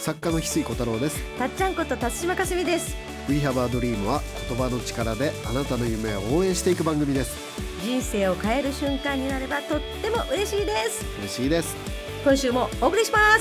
作家の翡翠小太郎です。 たっちゃんこと辰島かすみです。 We Have a Dream は言葉の力であなたの夢を応援していく番組です。 人生を変える瞬間になればとっても嬉しいです。 嬉しいです。 今週もお送りします。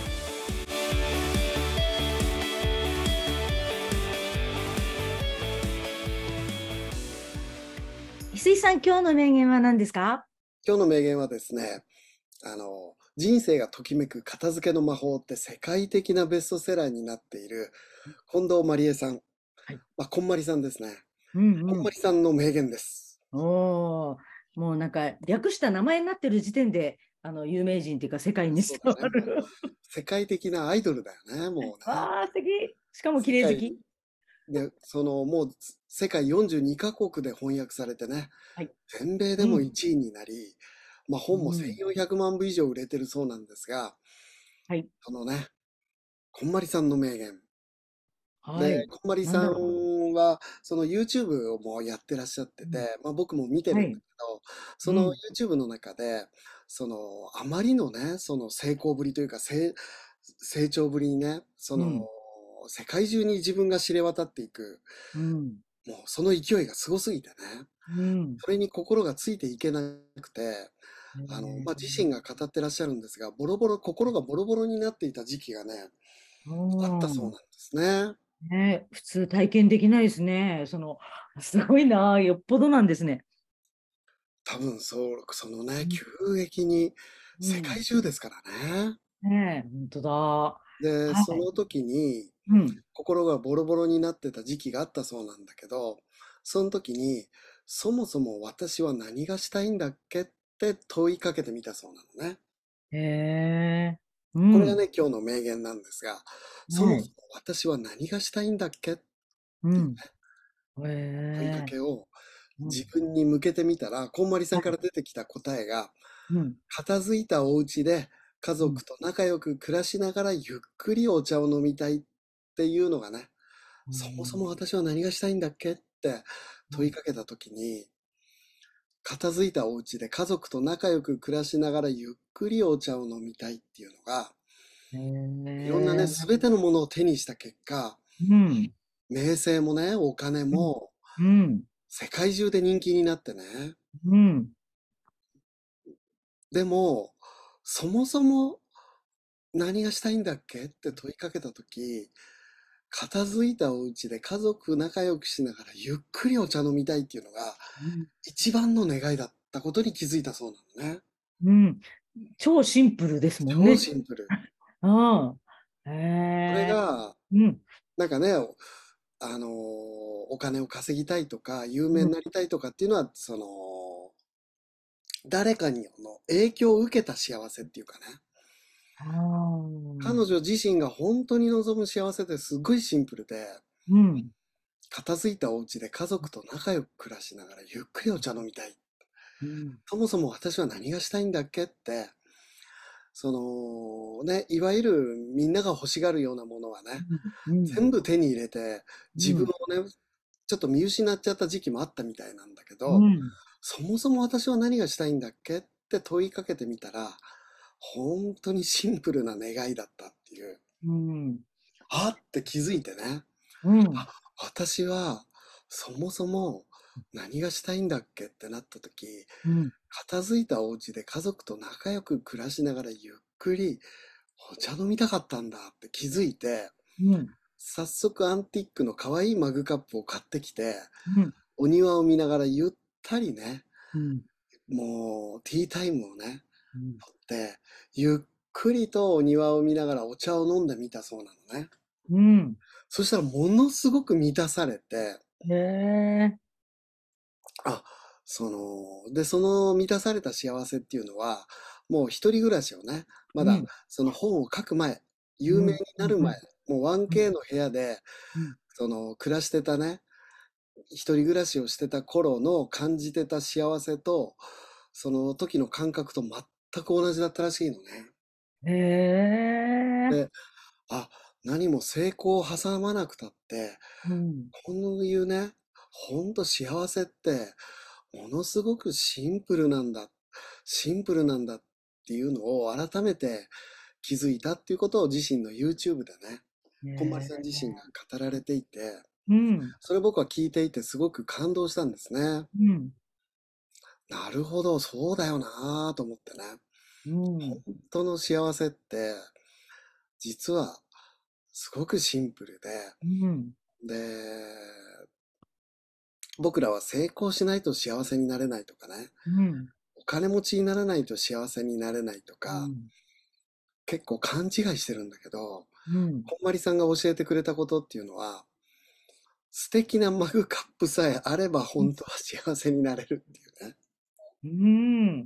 翡翠さん、今日の名言は何ですか？ 今日の名言はですね、人生がときめく片付けの魔法って世界的なベストセラーになっている近藤麻理恵さん、 はい。 こんまりさんですね。 うんうん。 こんまりさんの名言です。 おー、もうなんか略した名前になってる時点で有名人っていうか世界にそう伝だね。もうわる。 世界的なアイドルだよね。もうね。 ああ、素敵。しかも綺世界麗好き。 で、もう世界42カ国で翻訳されてね、 はい。 全米でもうん。 1位になり、本もうん。 1400万部以上売れてるそうなんですが、 はい。 そのね、こんまりさんの名言。で、 はい。 こんまりさんなんだろは、その YouTube をもうやってらっしゃってう。うん。 て、僕も見てるんだけはい。 ど、そのうん。 YouTube の中で、あまりのね、その成功ぶりというか、成長ぶりにね、 うん。 世界中に自分が知れ渡っていく、 うん。 もうその勢いがすごすぎてね、 うん。 それに心がついていけなくて、自身が語ってらっしゃるんですが、心がボロボロになっていた時期がね、あったそうなんでおー。 すね。 ね、普通体験できないですね。すごいな、よっぽどなんですね。 多分そう、そのね、 うん。 急激に世うん。 界中ですからね。 ねえ、本当だ。はで、そい。 の時にうん。 心がボロボロになってた時期があったそうなんだけど、その時に、そもそも私は何がしたいんだっけって問いかけてみたそうなのね。 へえ。うん。 これがね、今日の名言なんですが、そはい。 もそも私は何がしたいんだっけっていうね、 うん。へ問いかえ。 けをうん。 自分に向けてみたら、こんまりさんからはい。 出てきた答えが、 うん。 片付いたお家で家うん。 族と仲良く暮らしながらゆっくりお茶を飲みたいっていうのがね、 うそもそもん。 私は何がしたいんだっけって問いかけた時に、片付いたお家で家族と仲良く暮らしながらゆっくりお茶を飲みたいっていうのが、 へいろんなね、すべえ。 てのものを手にした結果、 うん。 名声もね、お金うん。 もうん。 世界中で人気になってね。 うん。 でも、そもそも何がしたいんだっけって問いかけた時、片付いたお家で家族仲良くしながらゆっくりお茶飲みたいっていうのがうん。 一番の願いだったことに気づいたそうなのね。 うん。超シンプルですもん超ね。 シンプル。 うん。へそれえ。 が、 うん。 なんかね、お金を稼ぎたいとか、有名うん。 になりたいとかっていうのは、誰かにの影響を受けた幸せっていうかね。 ああ。 彼女自身が本当に望む幸せってすごいシンプルで、 うん。 片付いたお家で家族と仲良く暮らしながらゆっくりお茶飲みたい。 うん。 そもそも私は何がしたいんだっけって、いわゆるみんなが欲しがるようなものはね、 うん。 全部手に入れて、自分うん。 をね、ちょっと見失っちゃった時期もあったみたいなんだけど、 うん。 そもそも私は何がしたいんだっけって問いかけてみたら、本当にシンプルな願いだったっていう、 うん。 あって気づいてね、 うん。 あ、私はそもそも何がしたいんだっけってなった時、 うん。 片付いたお家で家族と仲良く暮らしながらゆっくりお茶飲みたかったんだって気づいて、 うん。 早速アンティックの可愛いマグカップを買ってきて、 うん。 お庭を見ながらゆったりね、 うん。 もうティータイムをね、 うん。 とって、ゆっくりとお庭を見ながらお茶を飲んでみたそうなのね。 うん。 そしたらものすごく満たされて、 へえ。 あ、その満たされた幸せっていうのは、もう一人暮らしをね、まだうん。 その本を書く前、有名にうん。 なる前、 うん。 もううん。 1K の部屋で、 うん。 暮らしてたね、一人暮らしをしてた頃の感じてた幸せと、その時の感覚と全く同じだったらしいのね。 へえ。 で、あ、何も成功を挟まなくたって、 うん。 こういうね、ほんと幸せって、ものすごくシンプルなんだっていうのを改めて気づいたっていうことを自身の YouTube でね、こんまりねさん自身が語られていて、 うん、 それ僕は聞いていてすごく感動したんですね。 うん、 なるほど、そうだよなぁと思ってね。 うん、 本当の幸せって、実はすごくシンプルうん、 で、僕らは成功しないと幸せになれないとかね、 うん、 お金持ちにならないと幸せになれないとか、 うん、 結構勘違いしてるんだけど、 うん、 こんまりさんが教えてくれたことっていうのは、素敵なマグカップさえあれば本当は幸せになれるっていうね。 うん。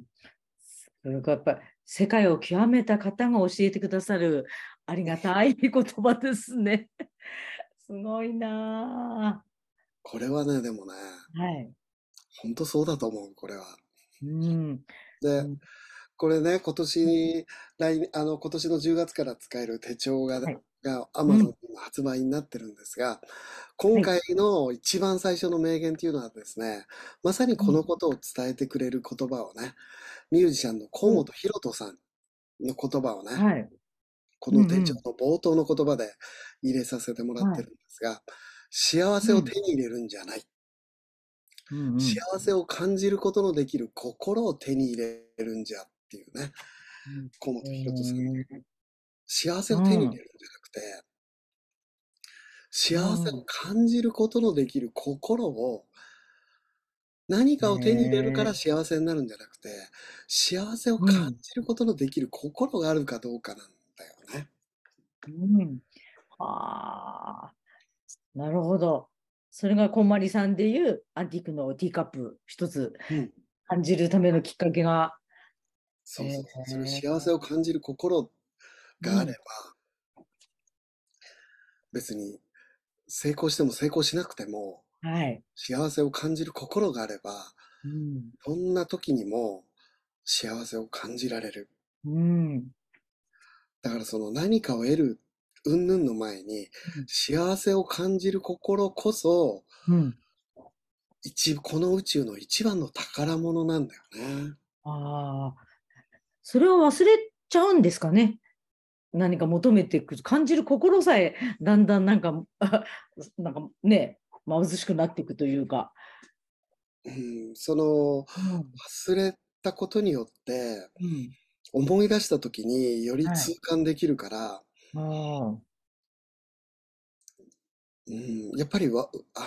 それがやっぱり世界を極めた方が教えてくださるありがたい言葉ですね。すごいなこれはね、でもね、 ぁ。はい。 本当そうだと思う、これは。 うん。うで、 んこれね、今年の10月から使える手帳はい。 がう Amazon ん。 にも発売になってるんですが、今はい。 回の一番最初の名言っていうのはですね、まさにうん。 このことを伝えてくれる言葉をね、ミュージシャンの河お、 本大翔さんの言葉をね、 はい。 この手帳うんうん。 の冒頭の言葉で入れさせてもらっはい。 てるんですが、幸せうん。 を手に入れるんじゃない。 うんうん。 幸せを感じることのできる心を手に入れるんじゃっていうね、 うん河本大翔さんのえ幸せを手に入うん。 れるんじゃなくて、幸うせをん。 感じることのできる心を、何かを手に入れるからえ幸せになるんじゃなくて、幸せを感うん。 じることのできる心があるかどうかなんだよね。 うん。ああ、なるほど。それがこんまりさんでいうアンティークのティーカップ一つうん。 感じるためのきっかけが。 そうそうそう。それえ幸せを感じる心があれうん。 ば、別に成功しても成功しなくても、 はい。 幸せを感じる心があれば、 うん。 どんな時にも幸せを感じられる。 うん。 だからその何かを得る云々の前に、幸せを感じる心こそ、 うん。 この宇宙の一番の宝物なんだよね。 ああ、それを忘れちゃうんですかね。何か求めていく、感じる心さえだんだんなんか、なんかね、貧しくなっていくというか。 うん、そのうん。 忘れたことによってうん。 思い出した時によりはい。 痛感できるから、 ああ。 うん、やっぱり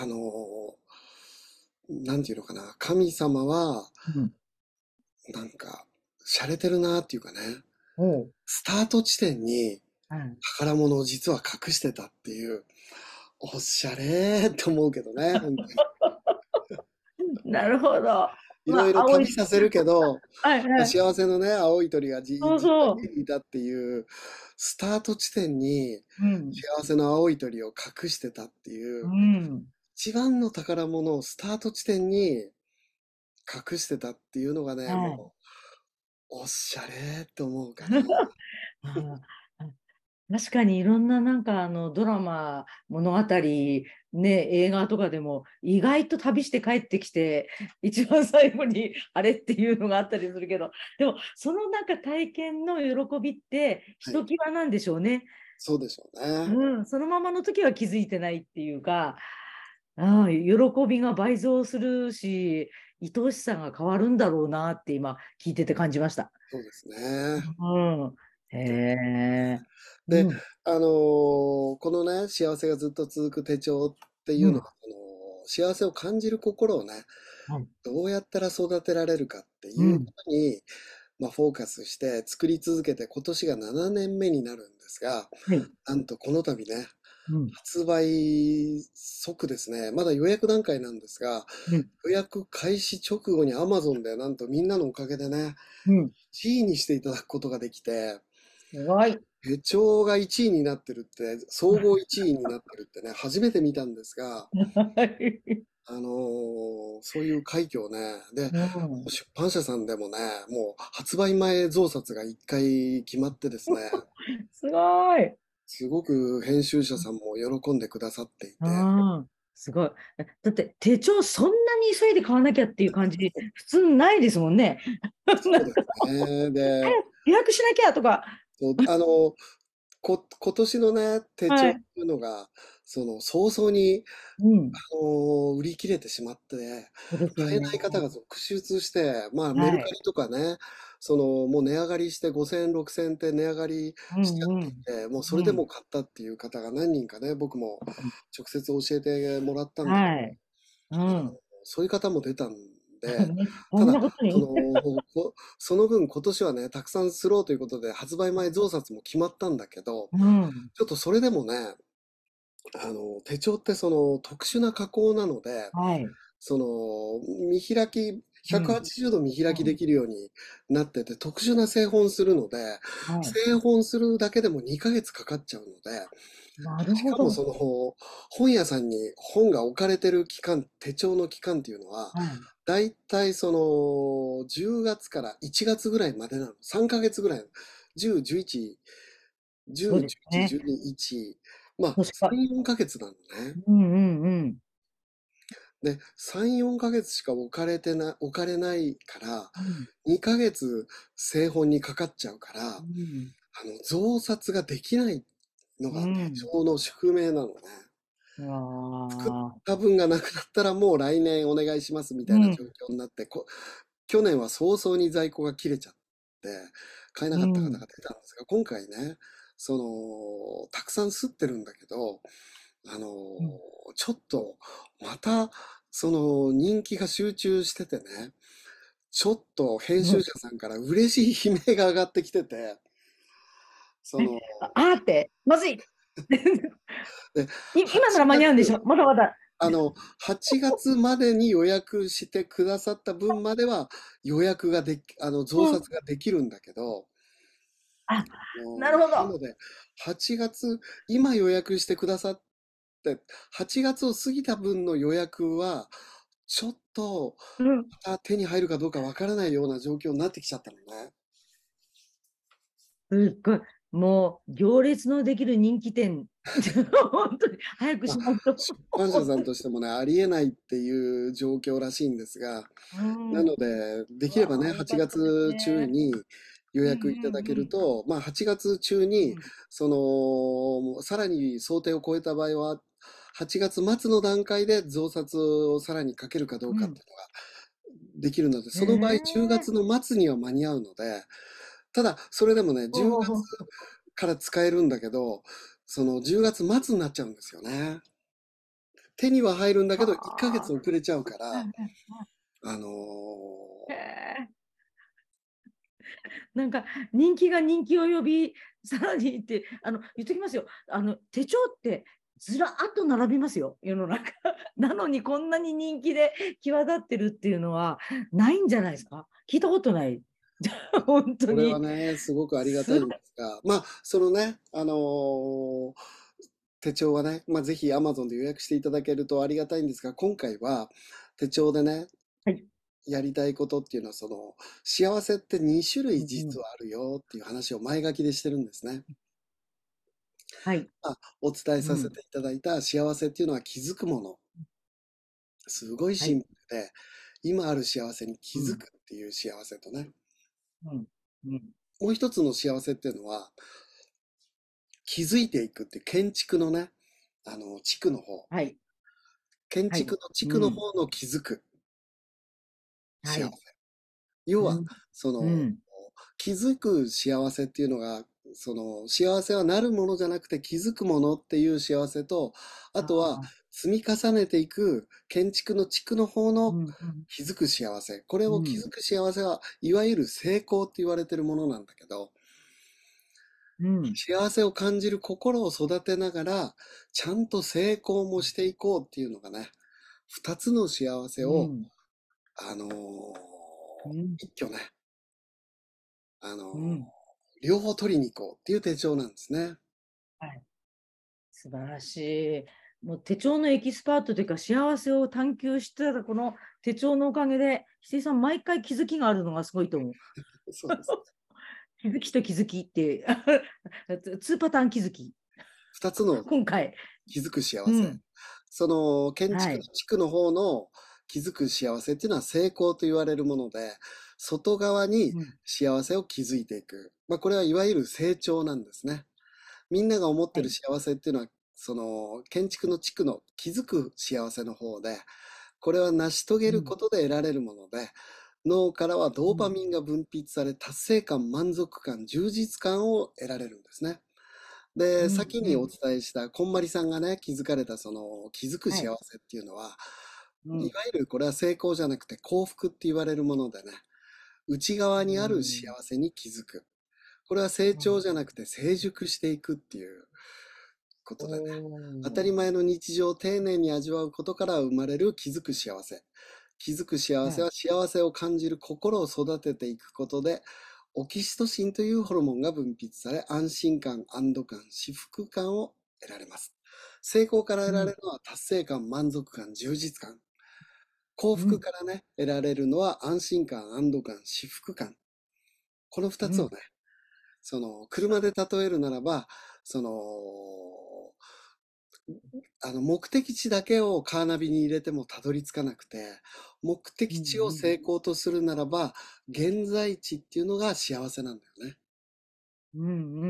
なんていうのかな、神様はうん。 なんか洒落てるなっていうかね、 おう。 スタート地点にはい。 宝物を実は隠してたっていう、おしゃれーって思うけどね、本当に。 なるほど。まあ、 いろいろ青い。 旅させるけど、 はいはい。 幸せのね、青い鳥がそう実はそ家にいたっていう、スタート地点にう。うん。 幸せの青い鳥を隠してたっていうう、 ん。 一番の宝物をスタート地点に隠してたっていうのがね、 はい。 もう、おしゃれーって思うかな。 ああ確かにいろんななんかドラマ、物語、ね、映画とかでも意外と旅して帰ってきて一番最後にあれっていうのがあったりするけど、でもそのなんか体験の喜びってひはい、 ときわなんでしょうね。 そうでしょうね。 うん、そのままの時は気づいてないっていうか、喜びが倍増するし、愛おしさが変わるんだろうなって今聞いてて感じました。 そうですね。 うん。へえ。 で、 うん。 このね、幸せがずっと続く手帳っていうん。 うのは、幸せを感じる心をね、 はい。 どうやったら育てられるかっていうこうん。 とに、フォーカスして作り続けて今年が7年目になるんですが、 はい。 なんとこの度ね、 うん。 発売即ですね、まだ予約段階なんですが、 うん。 予約開始直後に Amazon でなんとみんなのおかげでね、 うん。 1位にしていただくことができて、 すごい。 手帳が1位になってるって、総合1位になってるってね、初めて見たんですが、 はい。 そういう快挙をね、で、 うん。 出版社さんでもね、もう発売前増刷が1回決まってですね、 すごい。 すごく編集者さんも喜んでくださっていて、 うん。すごい。だって手帳そんなに急いで買わなきゃっていう感じ、普通ないですもんね。 そうですね。で、 予約しなきゃとか。 そう、今年のね、手帳ってはい。 いうのが、早々に、 うん。 売り切れてしまって、 そうですよ買えね。 ない方が続出して、まあ、メはい。 ルカリとかね、もう値上がりして5000円、6000円って値上がりうしちゃっんうん。 ていて、もうそれうん。 でも買ったっていう方が何人かね、僕も直接教えてもらったんだけど、 はい。うあの、 ん。 そういう方も出たんで、 ね、大ただ、 変なことに。 その分今年はね、たくさんスローということで発売前増刷も決まったんだけど、 うん。 ちょっとそれでもね、手帳ってその特殊な加工なので、 はい。 その見開き、 うん。 180度見開きでうん。 きるようになってて、特殊な製本するので、 はい。 製本するだけでも2ヶ月かかっちゃうので、 なるしかもほど。 本屋さんに本が置かれてる期間、手帳の期間っていうのは、 はい。 だいたい10月から1月ぐらいまでなの。3ヶ月ぐらい。10、11、10、 そうです 11、 ね。 12、1。まあ、 確か、 3、4ヶ月なのね。 うんうんうん。 で、3、4ヶ月しか置かれないから、 うん。 2ヶ月製本にかかっちゃうから、 うん。 増刷ができないのが手うん。 帳の宿命なのね。 あ作っあ。 た分がなくなったらもう来年お願いしますみたいな状うん。 況になって、去年は早々に在庫が切れちゃって、買えなかった方うん。 が出たんですが、今回ね、たくさん吸ってるんだけど、あの、 うん。 ちょっと、また、人気が集中しててね、ちょっと編集者さんから嬉しい悲鳴が上がってきてて、その、 あーって、まずい。 で、 今なら 8月、 間に合うんでしょまだまだ。 8月までに予約してくださった分までは予約ができ、増うん。 刷ができるんだけど、 あ、なるほど。 なので、8月、今予約してくださって、8月を過ぎた分の予約は、ちょっと、 うん。 また手に入るかどうかわからないような状況になってきちゃったのね。 すっごい。もう、行列のできる人気店。本当に、早くまあ、 しないと。 出版社さんとしてもね、ありえないっていう状況らしいんですが、 うん。 なのうで、できればね、 わあ、よ 8 かったです月中ね。 に予うん約いただけうんると、まあ、8月中に、 うん。 さらに想定を超えた場合は、8月末の段階で増刷をさらにかけるかどううん。 かっていうのができるので、 へその場合、10 え。 月の末には間に合うので、ただ、それでもね、 ほう 10月ほうほう。 から使えるんだけど、その10月末になっちゃうんですよね。手には入るんだけど、1ヶ月は遅れちゃうかあ。 ら、あのへえ。なんか人気が人気を呼び、さらにって、言っときますよ。手帳ってずらっと並びますよ、世の中。なのにこんなに人気で際立ってるっていうのはないんじゃないですか。聞いたことない。本当これはに。 ね、すごくありがたすいんですが、まあ、手帳はね、まあ、ぜひ Amazon で予約していただけるとありがたいんですが、今回は手帳でね、 はい。 やりたいことっていうのは、幸せって2種類うんうん。 実はあるよっていう話を前書きでしてるんですね。 はい。 お伝えさせうん。 ていただいた幸せっていうのは気づくもの。すごいはい。 シンプルで、今ある幸せに気うん。 づくっていう幸せとね、 うん。うん。 もう一つの幸せっていうのは、気づいていくっていう建築のね、地区の方。 はい。はい。 建築の地区のうん。 方の気づく幸せ。 はい。 要は、 うん。 その、 うん。 気づく幸せっていうのが、幸せはなるものじゃなくて気づくものっていう幸せと、あとは、 ああ。 積み重ねていく建築の地区の方のうん。うん。 気づく幸せ。これうん。 を気づく幸せは、いわゆる成功って言われてるものなんだけど、 うん。 幸せを感じる心を育てながら、ちゃんと成功もしていこうっていうのがね、二つの幸せを、 うん。 あのーうん。 一挙ね、あのーうん。 両方取りに行こうっていう手帳なんですね。 はい。素晴らしい。もう手帳のエキスパートというか、幸せを探求してたこの手帳のおかげで、翡翠さん、毎回気づきがあるのがすごいと思う。 そうです。 気づきと気づきっていう、2パターン気づき。 二つの今回。 気づく幸せ。 うん。 建築のはい。 地区の方の気づく幸せっていうのは成功と言われるもので、 外側にうん。 幸せを築いていく。これはいわゆる成長なんですね。みんなが思ってるはい。 幸せっていうのは、その建築の地区の築く幸せの方で、これは成し遂げうん。 ることで得られるもので、脳からはドーパうん。 ミンが分泌され、達成感、満足感、充実感を得られるんですね。で、 うん。 先におうん。 伝えしたこんまりさんがね、気づかれたその気づくはい。 幸せっていうのは、 うん。 いわゆるこれは成功じゃなくて幸福って言われるものでね、内側にある幸せに気づく。これは成うん。 長じゃなくて成熟していくっていうことでね、当たりおー。 前の日常を丁寧に味わうことから生まれる気づく幸せ。気づく幸はい。 せは幸せを感じる心を育てていくことで、オキシトシンというホルモンが分泌され、安心感、安堵感、至福感を得られます。成功から得うん。 られるのは達成感、満足感、充実感。幸うん。 福からね、得られるのは安心感、安堵感、至福感。この二うん。 つをね、その、車で例えるならば、その、目的地だけをカーナビに入れてもたどり着かなくて、目うん。 的地をうん。 成功とするならば、現在地っていうのが幸せなんだよね。 うん。うん。うん。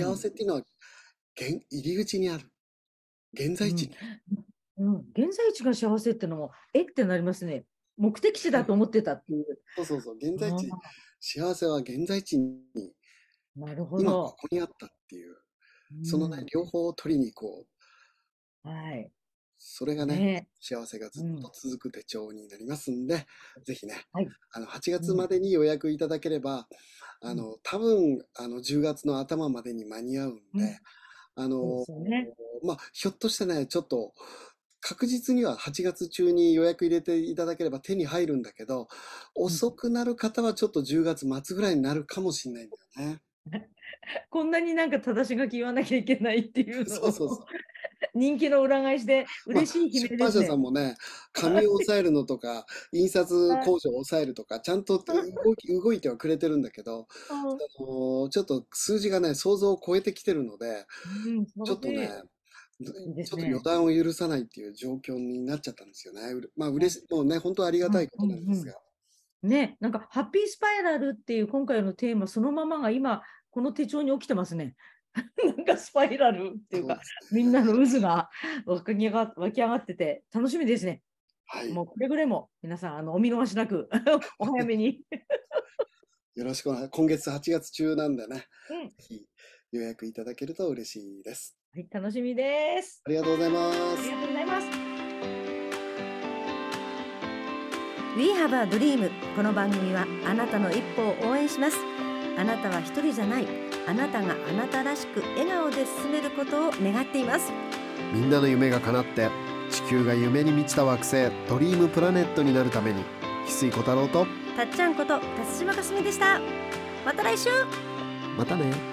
う幸ん。 せっていうのは、入り口にある。現うん。 在地にある。 うん。現在地が幸せってのも、えってなりますね。目的地だと思ってたっていう。 そうそうそう。現在地、 ああ、 幸せは現在地に、 なるほ今こど。 こにあったっていう、 うそのね、 ん。 両方を取りに行こう。 はい。 それがね、 ね幸せがえ。 ずっうん。 と続く手帳になりますんで、ぜひね、 はい。 8月うん。 までに予約いただければ、 うん。 多分、10月の頭までに間に合うんで、 うん。 あそうでの、 すよね。 ひょっとしてね、ちょっと、確実には8月中に予約入れていただければ手に入るんだけど、 うん。 遅くなる方はちょっと10月末ぐらいになるかもしれないんだよね。 こんなになんか正し書き言わなきゃいけないっていうのをそうそうそう。 人気の裏返しで嬉しい悲出版社さ鳴ですね。 んもね、紙を抑えるのとか、印刷はい。 工場を抑えるとか、ちゃんと動いてはくれてるんだけど、ちょっと数字がね、想像を超えてきてるので、 うん、素晴らしちょっとね、 い。いいでちょっと予すね。 断を許さないっていう状況になっちゃったんですよね。 はい。 もうね、本当はありがうん、 たいこうん、うん。 となんですが。 ね、なんか、ハッピースパイラルっていう今回のテーマそのままが今、この手帳に起きてますね。なんかスパイラルっていうか、 そうですみんね。 なの渦が湧き上がってて、楽しみですね。 はい。 もうくれぐれも皆さん、お見逃しなくお早めに。 よろしくお願い。今月8月中なんでね、 うん。 ぜひ予約いただけると嬉しいです。 はい、楽しみです。 ありがとうございます。 ありがとうございます。 We have a dream。 この番組はあなたの一歩を応援します。あなたは一人じゃない。あなたがあなたらしく笑顔で進めることを願っています。 みんなの夢が叶って地球が夢に満ちた惑星ドリームプラネットになるために、翡翠小太郎とたっちゃんこと辰島かすみでした。また来週。 またね。